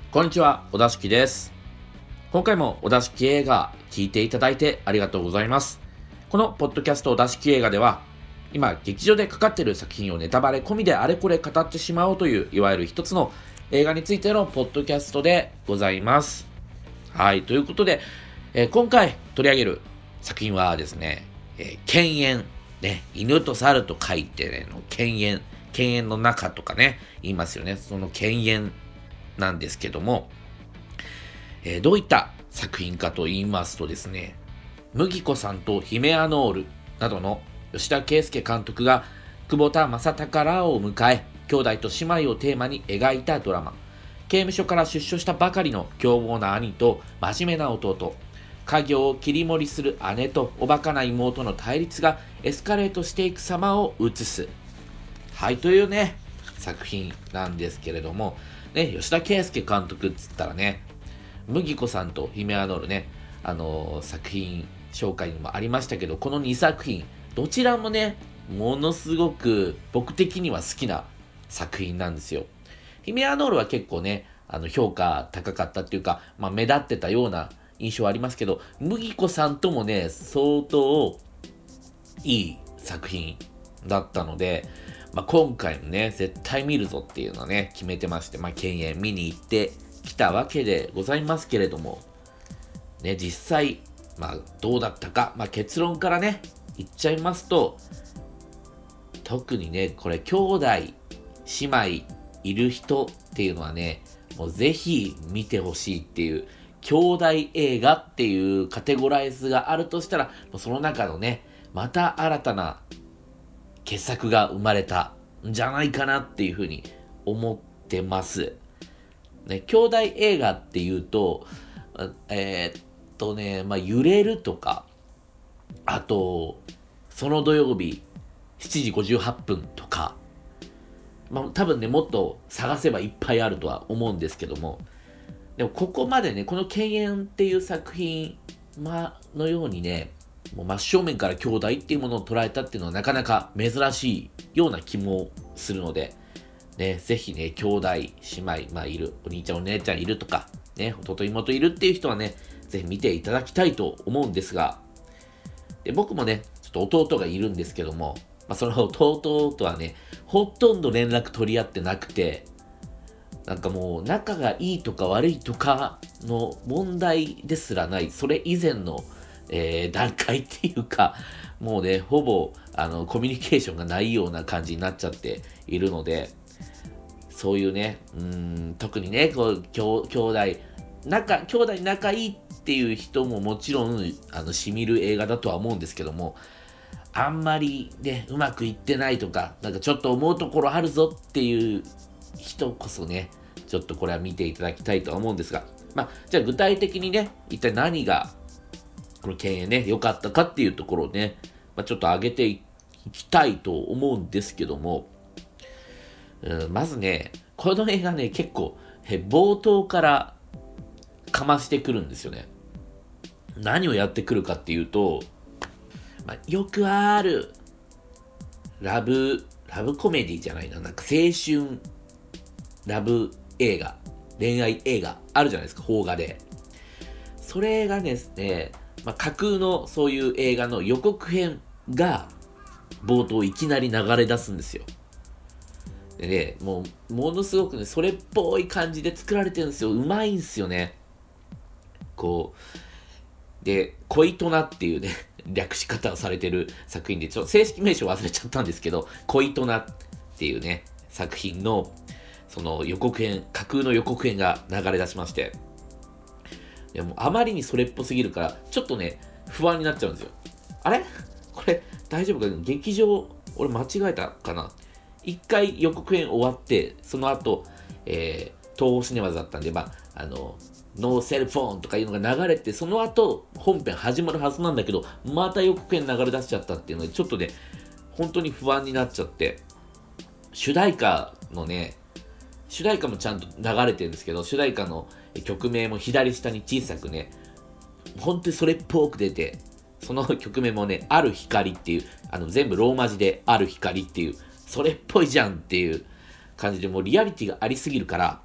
こんにちは、小田敷です。今回も小田敷映画聞いていただいてありがとうございます。このポッドキャスト小田敷映画では、今劇場でかかっている作品をネタバレ込みであれこれ語ってしまおうという、いわゆる一つの映画についてのポッドキャストでございます。はい、ということで、今回取り上げる作品はですね、犬猿、ね、犬と猿と書いて、ね、犬猿の中とかね、言いますよね。その犬猿なんですけども、どういった作品かと言いますとですね、麦子さんとヒメアノールなどの吉田圭佑監督が久保田正孝らを迎え、兄弟と姉妹をテーマに描いたドラマ。刑務所から出所したばかりの凶暴な兄と真面目な弟、家業を切り盛りする姉とおバカな妹の対立がエスカレートしていく様を映す。はい、というね、作品なんですけれども、ね、吉田圭佑監督っつったらね、麦子さんとヒメアノールね、作品紹介にもありましたけど、この2作品、どちらもね、ものすごく僕的には好きな作品なんですよ。ヒメアノールは結構ね、評価高かったっていうか、目立ってたような印象はありますけど、麦子さんともね、相当いい作品だったので、今回もね、絶対見るぞっていうのをね、決めてまして、犬猿見に行ってきたわけでございますけれども、ね、実際、どうだったか、結論からね、言っちゃいますと、特にね、これ、兄弟、姉妹いる人っていうのはね、もうぜひ見てほしいっていう、兄弟映画っていうカテゴライズがあるとしたら、その中のね、また新たな傑作が生まれたんじゃないかなっていうふうに思ってます。ね、兄弟映画っていうと、揺れるとか、あと、その土曜日、7時58分とか、多分ね、もっと探せばいっぱいあるとは思うんですけども、でもここまでね、この犬猿っていう作品、のようにね、もう真正面から兄弟っていうものを捉えたっていうのはなかなか珍しいような気もするので、ね、ぜひね、兄弟、姉妹、いる、お兄ちゃんお姉ちゃんいるとか、ね、弟妹いるっていう人はね、ぜひ見ていただきたいと思うんですが、で僕もね、ちょっと弟がいるんですけども、その弟とはね、ほとんど連絡取り合ってなくて、なんかもう仲がいいとか悪いとかの問題ですらない、それ以前の、段階っていうか、もうね、ほぼコミュニケーションがないような感じになっちゃっているので、そういうね、特にね、兄弟仲いいっていう人ももちろん、染みる映画だとは思うんですけども、あんまりね、うまくいってないとか、なんかちょっと思うところあるぞっていう人こそね、ちょっとこれは見ていただきたいとは思うんですが、じゃあ具体的にね、一体何が、この経営ね、良かったかっていうところをね、ちょっと上げていきたいと思うんですけども、まずね、この映画ね、結構、冒頭からかましてくるんですよね。何をやってくるかっていうと、よくある、ラブコメディじゃないな、なんか青春、ラブ映画、恋愛映画、あるじゃないですか、邦画で。それがですね、架空のそういう映画の予告編が、冒頭いきなり流れ出すんですよ。でね、ものすごくね、それっぽい感じで作られてるんですよ。うまいんすよね。で、恋となっていうね、略し方をされてる作品で、ちょっと正式名称忘れちゃったんですけど、恋となっていうね、作品の、その予告編、架空の予告編が流れ出しまして、でもあまりにそれっぽすぎるから、ちょっとね、不安になっちゃうんですよ。あれこれ、大丈夫かな、劇場、俺間違えたかな。一回予告編終わって、その後、東宝シネマズだったんで、ノーセルフォンとかいうのが流れて、その後、本編始まるはずなんだけど、また予告編流れ出しちゃったっていうので、ちょっとね、本当に不安になっちゃって、主題歌もちゃんと流れてるんですけど、主題歌の曲名も左下に小さくね、本当にそれっぽく出て、その曲名もね、ある光っていう、全部ローマ字である光っていう、それっぽいじゃんっていう感じで、もうリアリティがありすぎるから、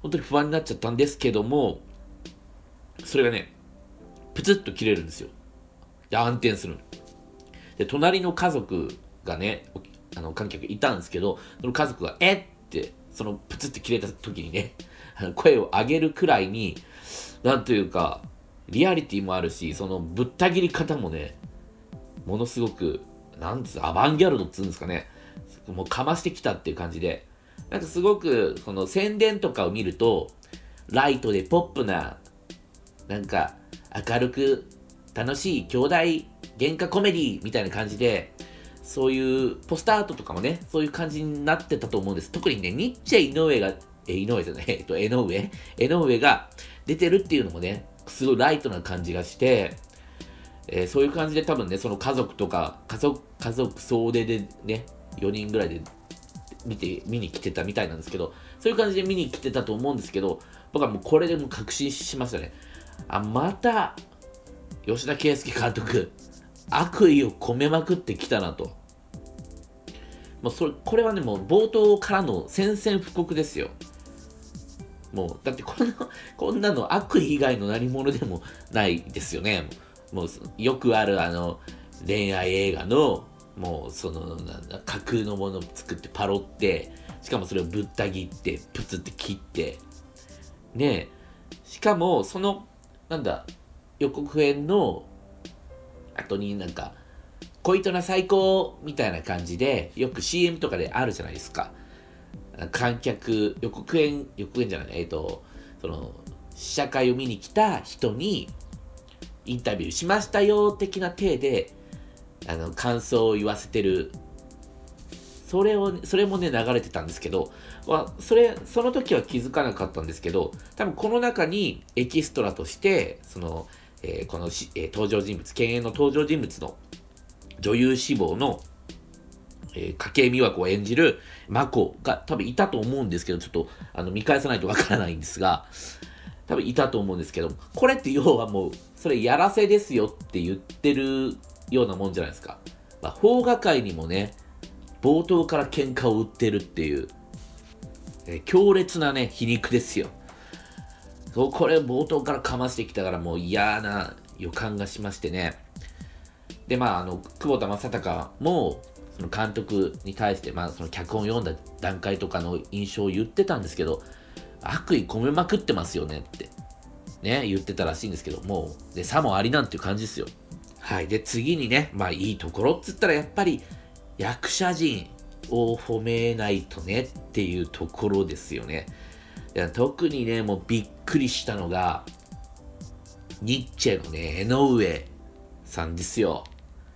本当に不安になっちゃったんですけども、それがね、プツッと切れるんですよ。で、暗転する。で、隣の家族がね、観客いたんですけど、その家族が、って、そのプツッと切れた時にね、声を上げるくらいに、なんというか、リアリティもあるし、そのぶった切り方もね、ものすごく、なんですアバンギャルドっつうんですかね、もうかましてきたっていう感じで、なんかすごく、その宣伝とかを見ると、ライトでポップな、なんか明るく楽しい兄弟喧嘩コメディみたいな感じで、そういうポスターアートとかもね、そういう感じになってたと思うんです。特にね、ニッチェ井上が、井上じゃない、江上が出てるっていうのもね、すごいライトな感じがして、そういう感じで多分ね、その家族とか、家族総出でね、4人ぐらいで見に来てたみたいなんですけど、そういう感じで見に来てたと思うんですけど、僕はもうこれでもう確信しましたね。また、吉田圭佑監督、悪意を込めまくってきたなと。もうこれはね、もう冒頭からの宣戦布告ですよ。もう、だってこんなの悪意以外の何者でもないですよね。もう、よくある恋愛映画の、もう、架空のものを作ってパロって、しかもそれをぶった切って、プツって切って、ねえ、しかも、予告編の後になんか、恋とな最高みたいな感じで、よく CM とかであるじゃないですか。観客、予告編じゃない、試写会を見に来た人に、インタビューしましたよ、的な体で、感想を言わせてる。それもね、流れてたんですけど、その時は気づかなかったんですけど、多分この中にエキストラとして、この登場人物、犬猿の登場人物の女優志望の、筧美和子を演じる真子が多分いたと思うんですけど、ちょっと見返さないとわからないんですが、多分いたと思うんですけど、これって要はもう、それやらせですよって言ってるようなもんじゃないですか。邦画界にもね、冒頭から喧嘩を売ってるっていう、強烈なね、皮肉ですよ。これ冒頭からかましてきたからもう嫌な予感がしましてね。で、久保田正孝も、その監督に対して、その脚本を読んだ段階とかの印象を言ってたんですけど、悪意込めまくってますよねって、ね、言ってたらしいんですけど、もう、で、さもありなんていう感じですよ。はい。で、次にね、いいところっつったらやっぱり、役者陣を褒めないとねっていうところですよね。特にね、もうびっくりしたのが、ニッチェのね、江上さんですよ。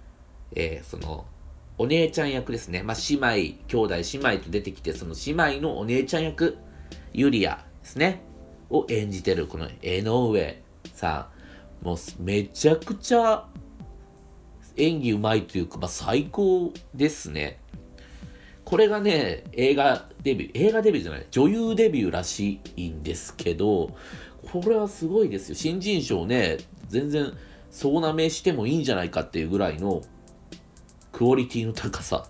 お姉ちゃん役ですね。兄弟姉妹と出てきて、その姉妹のお姉ちゃん役、ユリアですね。を演じてる、この江上さん。もう、めちゃくちゃ演技うまいというか、最高ですね。これがね、映画デビューじゃない、女優デビューらしいんですけど、これはすごいですよ。新人賞ね、全然総なめしてもいいんじゃないかっていうぐらいのクオリティの高さ。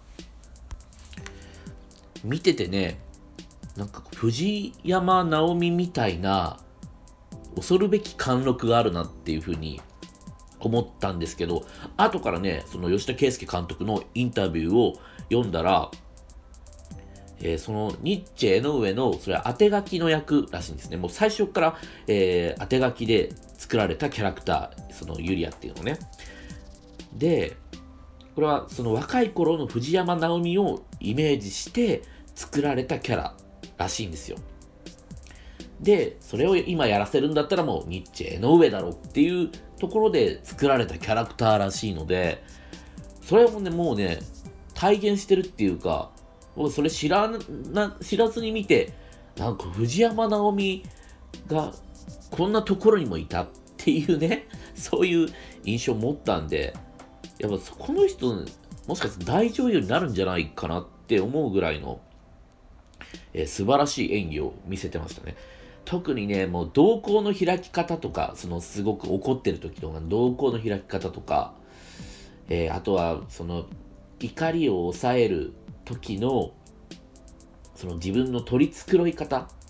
見ててね、なんか藤山直美みたいな恐るべき貫禄があるなっていう風に思ったんですけど、後からね、その吉田圭佑監督のインタビューを読んだら、そのニッチェ江上のそれは当て書きの役らしいんですね。もう最初から、当て書きで作られたキャラクター、そのユリアっていうのね。で、これはその若い頃の藤山直美をイメージして作られたキャラらしいんですよ。で、それを今やらせるんだったらもうニッチェ江上だろうっていうところで作られたキャラクターらしいので、それもね、もうね、体現してるっていうか、僕それ知らずに見て、なんか藤山直美がこんなところにもいたっていうね、そういう印象を持ったんで、やっぱこの人、もしかして大女優になるんじゃないかなって思うぐらいの、素晴らしい演技を見せてましたね。特にね、もう瞳孔の開き方とか、すごく怒ってる時とか、瞳孔の開き方とか、あとは、怒りを抑える時の、自分の取り繕い方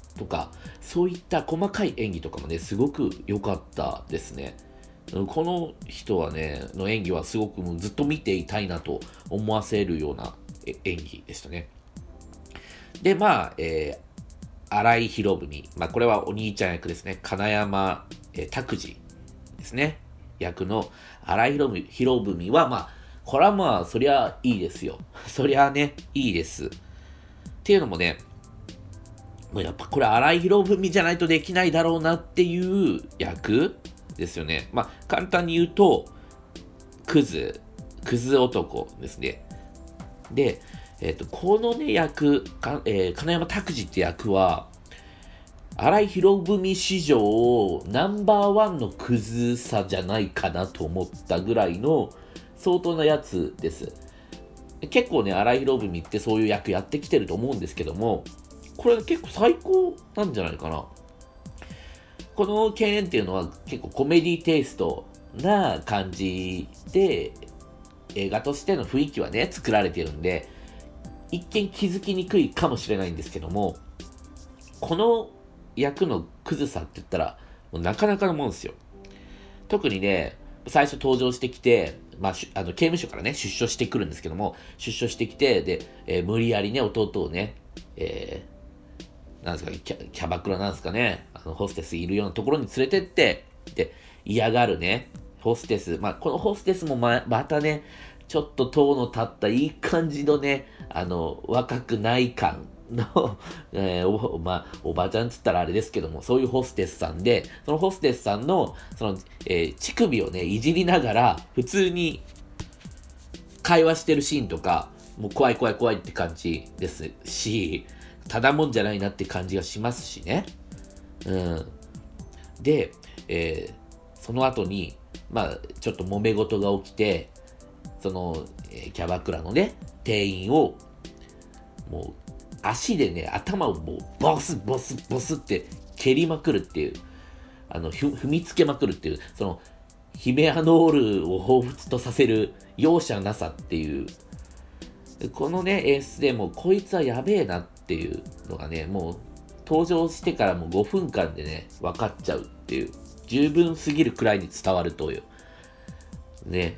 とか、そういった細かい演技とかもね、すごく良かったですね。この人はね、の演技はすごくもうずっと見ていたいなと思わせるような演技でしたね。で、荒井博文。これはお兄ちゃん役ですね。金山、拓司ですね。役の荒井博文は、これはそりゃいいですよ。そりゃね、いいです。っていうのもね、やっぱこれ荒井博文じゃないとできないだろうなっていう役ですよね。簡単に言うと、クズ男ですね。で、このね、金山拓司って役は、荒井博文史上ナンバーワンのクズさじゃないかなと思ったぐらいの相当なやつです。結構ね、荒井博文ってそういう役やってきてると思うんですけども、これ結構最高なんじゃないかな。この犬猿っていうのは結構コメディテイストな感じで、映画としての雰囲気はね、作られてるんで、一見気づきにくいかもしれないんですけども、この役のクズさって言ったら、もうなかなかのもんですよ。特にね、最初登場してきて、刑務所からね、出所してくるんですけども、出所してきて、で、無理やりね、弟をね、なんですか、キャバクラなんですかね、ホステスいるようなところに連れてって、で、嫌がるね、ホステス、このホステスもまたね、ちょっと塔の立ったいい感じのね、若くない感の、おばちゃんっつったらあれですけども、そういうホステスさんで、そのホステスさんの、乳首をね、いじりながら、普通に会話してるシーンとか、もう怖い怖い怖いって感じですし、ただもんじゃないなって感じがしますしね。うん。で、その後に、ちょっと揉め事が起きて、キャバクラのね、店員を、もう、足でね、頭をもう、ボスボスボスって蹴りまくるっていう、踏みつけまくるっていう、ヒメアノールを彷彿とさせる容赦なさっていう、このね、演出でもう、こいつはやべえなっていうのがね、もう、登場してからもう5分間でね、分かっちゃうっていう、十分すぎるくらいに伝わるという。ね、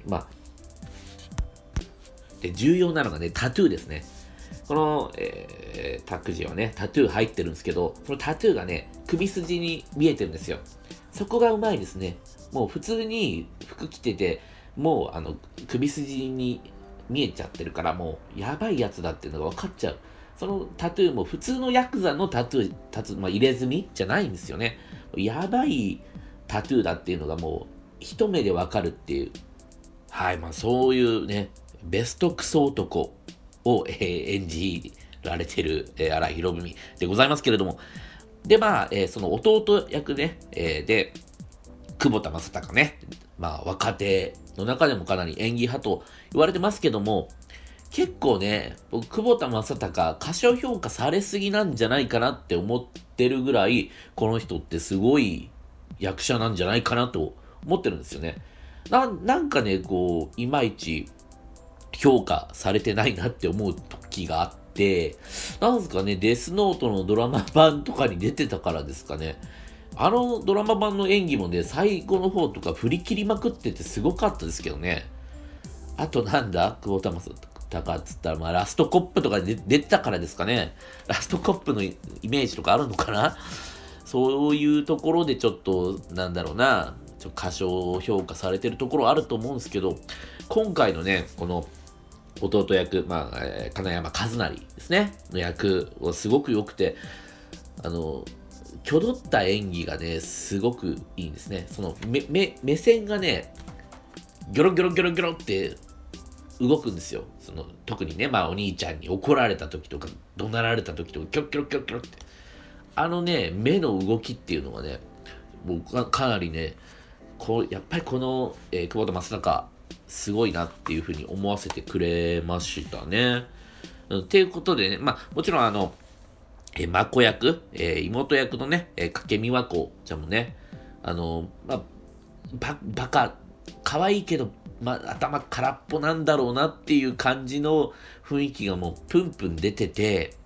で、重要なのがね、タトゥーですね。この、タクジはね、タトゥー入ってるんですけど、そのタトゥーがね、首筋に見えてるんですよ。そこがうまいですね。もう普通に服着てて、もう首筋に見えちゃってるから、もうやばいやつだっていうのが分かっちゃう。そのタトゥーも普通のヤクザのタトゥー、入れ墨じゃないんですよね。やばいタトゥーだっていうのがもう一目で分かるっていう。はい、そういうね、ベストクソ男を、演じられてる、荒井博文でございますけれども、で、その弟役ね、で、久保田正孝ね、若手の中でもかなり演技派と言われてますけども、結構ね、僕、久保田正孝、過小評価されすぎなんじゃないかなって思ってるぐらい、この人ってすごい役者なんじゃないかなと思ってるんですよね。なんかね、こう、いまいち評価されてないなって思う時があって、なんですかね、デスノートのドラマ版とかに出てたからですかね。あのドラマ版の演技もね、最後の方とか振り切りまくっててすごかったですけどね。あとなんだ久保田正孝っつったら、ラストコップとかで出てたからですかね。ラストコップのイメージとかあるのかな。そういうところでちょっと、過小評価されてるところあると思うんですけど、今回のね、この弟役、金山和成ですね、の役はすごく良くて、挙動った演技がね、すごくいいんですね。目線がね、ギョロギョロギョロギョロって動くんですよ。特にね、お兄ちゃんに怒られた時とか、怒鳴られた時とか、キョロキョロキョロキョロって。目の動きっていうのがね、僕はかなりね、やっぱりこの、久保田正孝、すごいなっていうふうに思わせてくれましたね。っていうことでね、もちろん眞子役、妹役のね、掛見和子ちゃんもね、バカ、可愛いけど、頭空っぽなんだろうなっていう感じの雰囲気がもうプンプン出てて、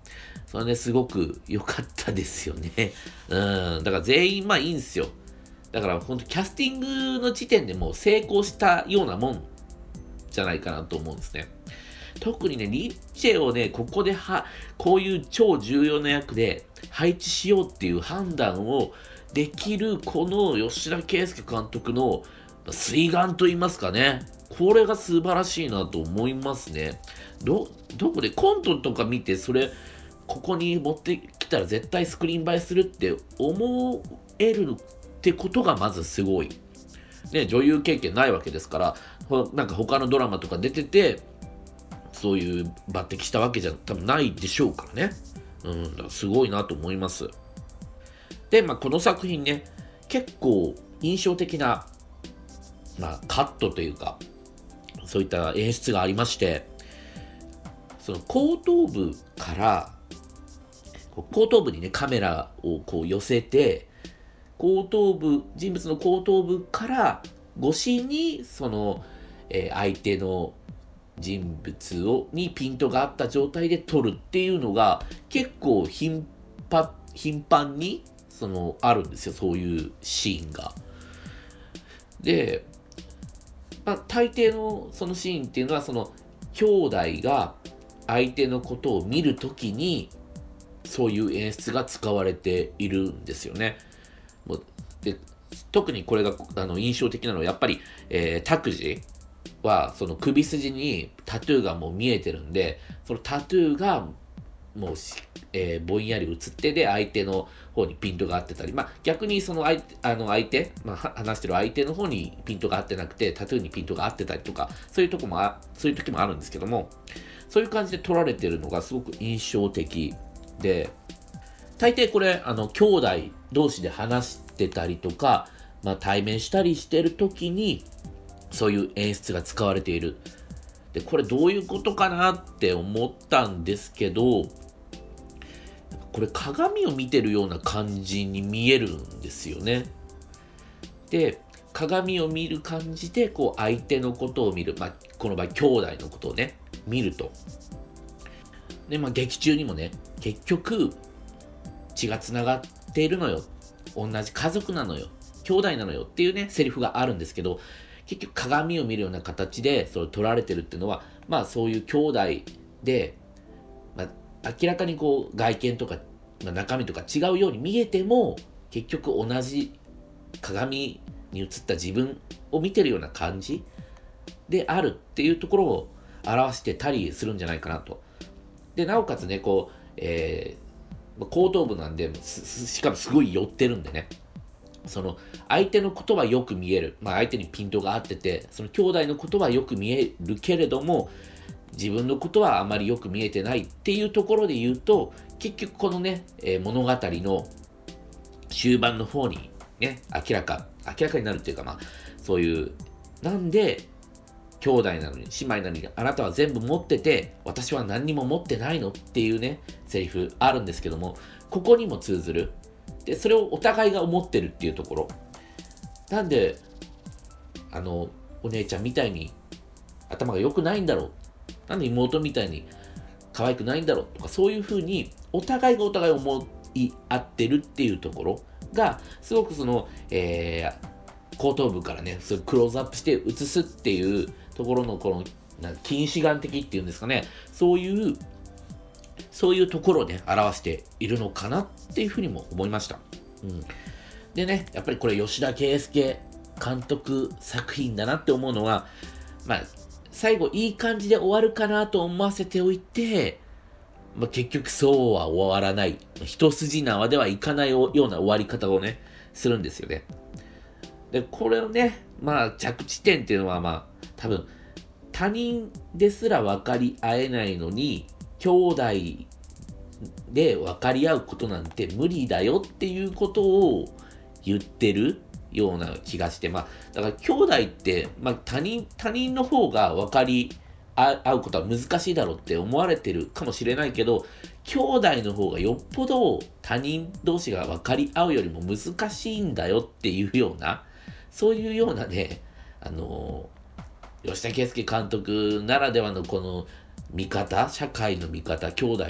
それね、すごく良かったですよね。だから全員いいんですよ。だから本当キャスティングの時点でもう成功したようなもんじゃないかなと思うんですね。特にね、リッチェをね、ここでこういう超重要な役で配置しようっていう判断をできる、この吉田圭佑監督の水眼と言いますかね。これが素晴らしいなと思いますね。どこでコントとか見て、ここに持ってきたら絶対スクリーン映えするって思えるってことがまずすごい。ね、女優経験ないわけですから、なんか他のドラマとか出てて、そういう抜擢したわけじゃ多分ないでしょうからね。だからすごいなと思います。で、この作品ね、結構印象的な、カットというか、そういった演出がありまして、その後頭部から後頭部にねカメラをこう寄せて、人物の後頭部から越しにその、相手の人物にピントがあった状態で撮るっていうのが結構頻繁にあるんですよ、そういうシーンが。で、大抵のそのシーンっていうのは兄弟が相手のことを見るときにそういう演出が使われているんですよね。で、特にこれが印象的なのはやっぱり、拓司はその首筋にタトゥーがもう見えてるんで、そのタトゥーがもう、ぼんやり映ってで相手の方にピントが合ってたり、逆にその話してる相手の方にピントが合ってなくてタトゥーにピントが合ってたりとか、そういう時もあるんですけども、そういう感じで撮られてるのがすごく印象的で、大抵これ兄弟同士で話してたりとか、対面したりしてる時にそういう演出が使われている。で、これどういうことかなって思ったんですけど、これ鏡を見てるような感じに見えるんですよね。で、鏡を見る感じでこう相手のことを見る、この場合兄弟のことをね見ると。で、劇中にもね、結局血がつながっているのよ、同じ家族なのよ、兄弟なのよっていうねセリフがあるんですけど、結局鏡を見るような形でそれ撮られてるっていうのは、そういう兄弟で、明らかにこう外見とか、中身とか違うように見えても結局同じ鏡に映った自分を見てるような感じであるっていうところを表してたりするんじゃないかなと。で、なおかつね、後頭部なんで、しかもすごい寄ってるんでね、その相手のことはよく見える、相手にピントが合ってて、その兄弟のことはよく見えるけれども自分のことはあまりよく見えてないっていうところで言うと、結局このね、物語の終盤の方にね明らかになるっていうか、そういうなんで兄弟なのに姉妹なのにあなたは全部持ってて私は何にも持ってないのっていうねセリフあるんですけども、ここにも通ずる。で、それをお互いが思ってるっていうところなんで、お姉ちゃんみたいに頭が良くないんだろう、なんで妹みたいに可愛くないんだろうとか、そういう風にお互いがお互い思い合ってるっていうところがすごく後頭部からねクローズアップして映すっていうところのこの近視眼的っていうんですかね、そういうところをね表しているのかなっていうふうにも思いました。でね、やっぱりこれ吉田圭佑監督作品だなって思うのは、最後いい感じで終わるかなと思わせておいて、結局そうは終わらない、一筋縄ではいかないような終わり方をねするんですよね。で、これをね着地点っていうのは多分他人ですら分かり合えないのに兄弟で分かり合うことなんて無理だよっていうことを言ってるような気がして、だから兄弟って、他人の方が分かり合うことは難しいだろうって思われてるかもしれないけど、兄弟の方がよっぽど他人同士が分かり合うよりも難しいんだよっていうような、そういうようなね、吉田圭佑監督ならではのこの見方、社会の見方、兄弟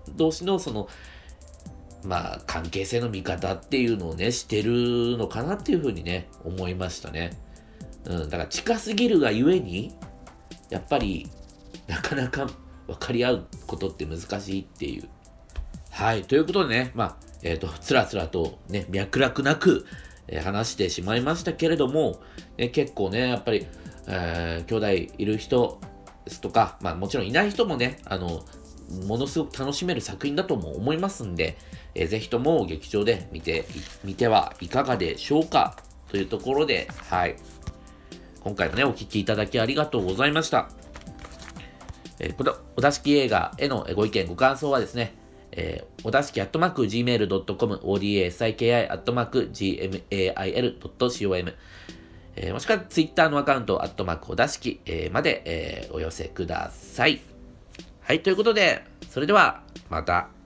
同士の関係性の見方っていうのをね、してるのかなっていうふうにね、思いましたね。だから近すぎるがゆえに、やっぱり、なかなか分かり合うことって難しいっていう。はい、ということでね、つらつらとね、脈絡なく、話してしまいましたけれども、結構ね、やっぱり、兄弟いる人ですとか、もちろんいない人もね、ものすごく楽しめる作品だとも思いますんで、ぜひとも劇場で見てはいかがでしょうかというところで、はい。今回もね、お聞きいただきありがとうございました。このおだしき映画へのご意見、ご感想はですね、おだしき@gmail.com、odasiki@gmail.com、もしくはツイッターのアカウント、おだしきまで、お寄せください。はい、ということで、それでは、また。